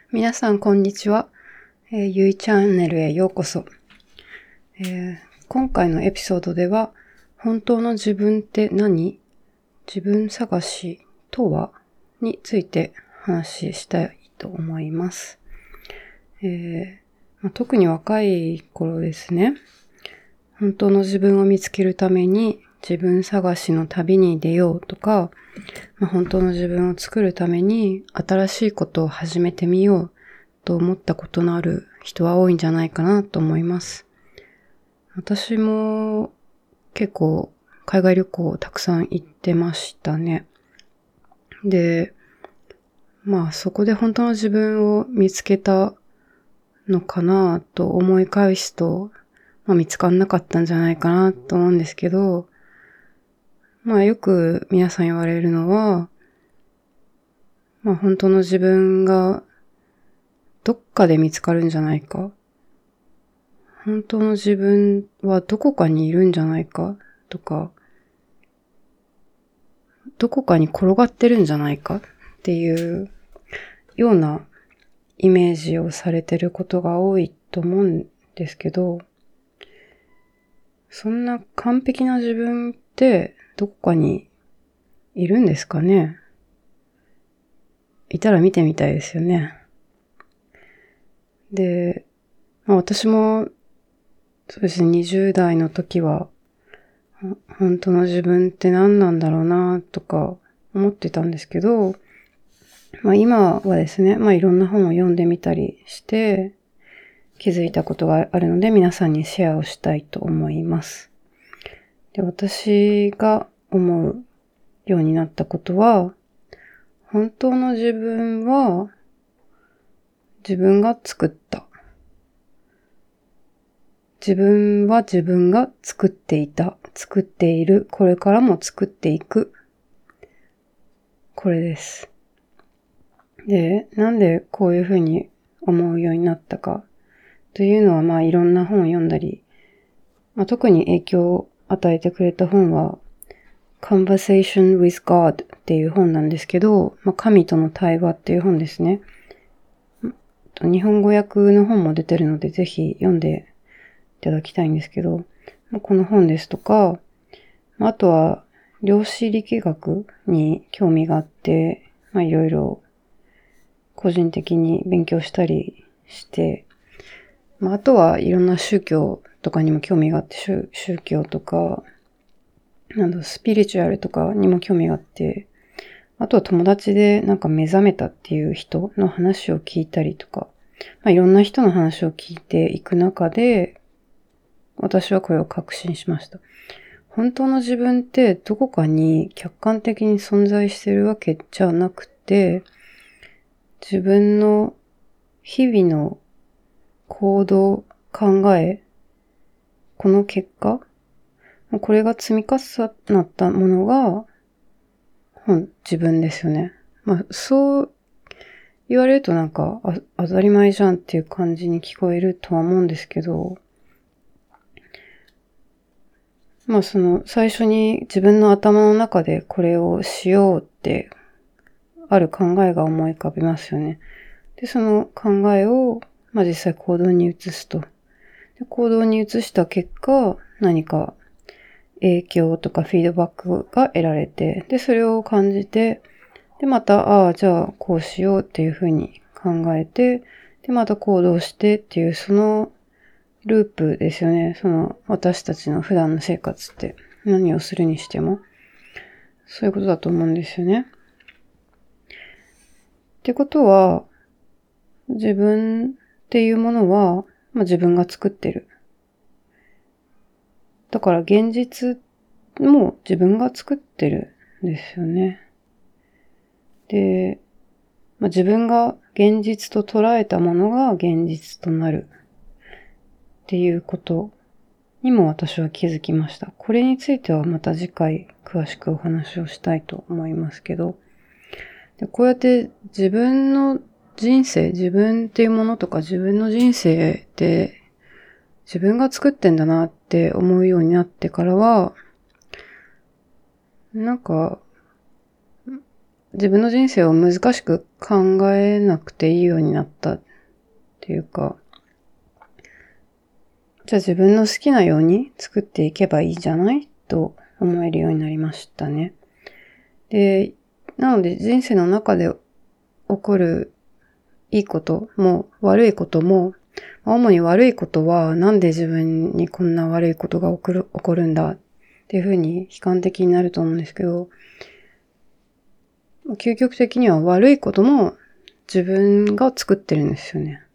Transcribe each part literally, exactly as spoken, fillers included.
皆さんこんにちは、えー、ゆいチャンネルへようこそ、えー、今回のエピソードでは本当の自分って何？自分探しとはについて話したいと思います、えーまあ、特に若い頃ですね、本当の自分を見つけるために自分探しの旅に出ようとか、まあ、本当の自分を作るために新しいことを始めてみようと思ったことのある人は多いんじゃないかなと思います。私も結構海外旅行をたくさん行ってましたね。で、まあそこで本当の自分を見つけたのかなと思い返すと、まあ見つかんなかったんじゃないかなと思うんですけど、まあよく皆さん言われるのは、まあ本当の自分がどっかで見つかるんじゃないか。本当の自分はどこかにいるんじゃないかとか、どこかに転がってるんじゃないかっていうようなイメージをされてることが多いと思うんですけど、そんな完璧な自分ってどこかにいるんですかね？いたら見てみたいですよね。で、まあ、私もそうですね、にじゅう代の時は本当の自分って何なんだろうなとか思ってたんですけど、まあ今はですね、まあいろんな本を読んでみたりして気づいたことがあるので皆さんにシェアをしたいと思います。で、私が思うようになったことは、本当の自分は自分が作った。自分は自分が作っていた。作っている。これからも作っていく。これです。で、なんでこういうふうに思うようになったかというのは、まあいろんな本を読んだり、まあ、特に影響を与えてくれた本は Conversation with God っていう本なんですけど、まあ、神との対話っていう本ですね。日本語訳の本も出てるのでぜひ読んでいただきたいんですけど、まあ、この本ですとか、あとは量子力学に興味があって、まあいろいろ個人的に勉強したりして、まあ、あとはいろんな宗教とかにも興味があって、宗宗教とか、なんだ、スピリチュアルとかにも興味があって、あとは友達でなんか目覚めたっていう人の話を聞いたりとか、まあ、いろんな人の話を聞いていく中で、私はこれを確信しました。本当の自分ってどこかに客観的に存在してるわけじゃなくて、自分の日々の行動、考え、この結果、これが積み重なったものが、本、自分ですよね。まあ、そう言われるとなんか、あ、当たり前じゃんっていう感じに聞こえるとは思うんですけど、まあその、最初に自分の頭の中でこれをしようって、ある考えが思い浮かびますよね。で、その考えを、まあ実際行動に移すと。で、行動に移した結果、何か影響とかフィードバックが得られて、で、それを感じて、で、また、ああ、じゃあこうしようっていうふうに考えて、で、また行動してっていう、そのループですよね。その、私たちの普段の生活って何をするにしても、そういうことだと思うんですよね。ってことは、自分っていうものは、まあ、自分が作ってる。だから現実も自分が作ってるんですよね。で、まあ、自分が現実と捉えたものが現実となるっていうことにも私は気づきました。これについてはまた次回詳しくお話をしたいと思いますけど、でこうやって自分の人生、自分っていうものとか自分の人生って自分が作ってんだなって思うようになってからは、なんか、 自分の人生を難しく考えなくていいようになったっていうか、じゃあ自分の好きなように作っていけばいいじゃないと思えるようになりましたね。で、なので人生の中で起こるいいことも悪いことも、主に悪いことはなんで自分にこんな悪いことが起こる、起こるんだっていうふうに悲観的になると思うんですけど、究極的には悪いことも自分が作ってるんですよね。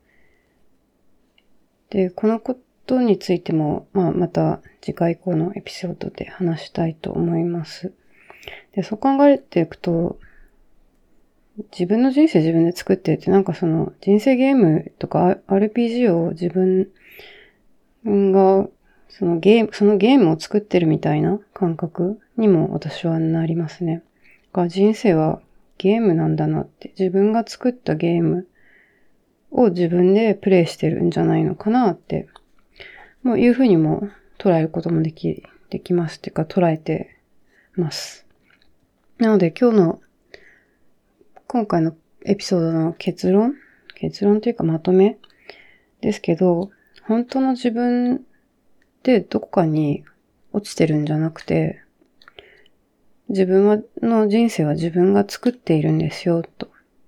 で、このことについても、まあ、また次回以降のエピソードで話したいと思います。で、そう考えていくと、自分の人生自分で作ってるってなんかその人生ゲームとか アールピージー を自分がそのゲーム、そのゲームを作ってるみたいな感覚にも私はなりますね。だから人生はゲームなんだなって、自分が作ったゲームを自分でプレイしてるんじゃないのかなって、もういうふうにも捉えることもでき、できますっていうか捉えてます。なので今日の今回のエピソードの結論結論というかまとめですけど、本当の自分でどこかに落ちてるんじゃなくて、自分はの人生は自分が作っているんですよ、と。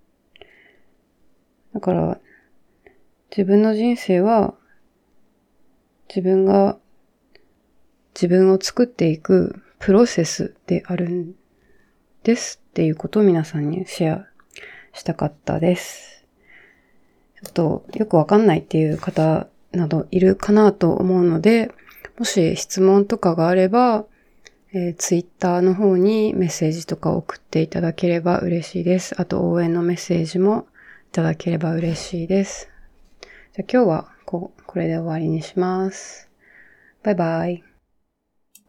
だから、自分の人生は自分が自分を作っていくプロセスであるんですっていうことを皆さんにシェアしたかったです。ちょっとよくわかんないっていう方などいるかなと思うので、もし質問とかがあれば、えー、ツイッターの方にメッセージとか送っていただければ嬉しいです。あと応援のメッセージもいただければ嬉しいです。じゃあ今日はこ、これで終わりにします。バイバイ。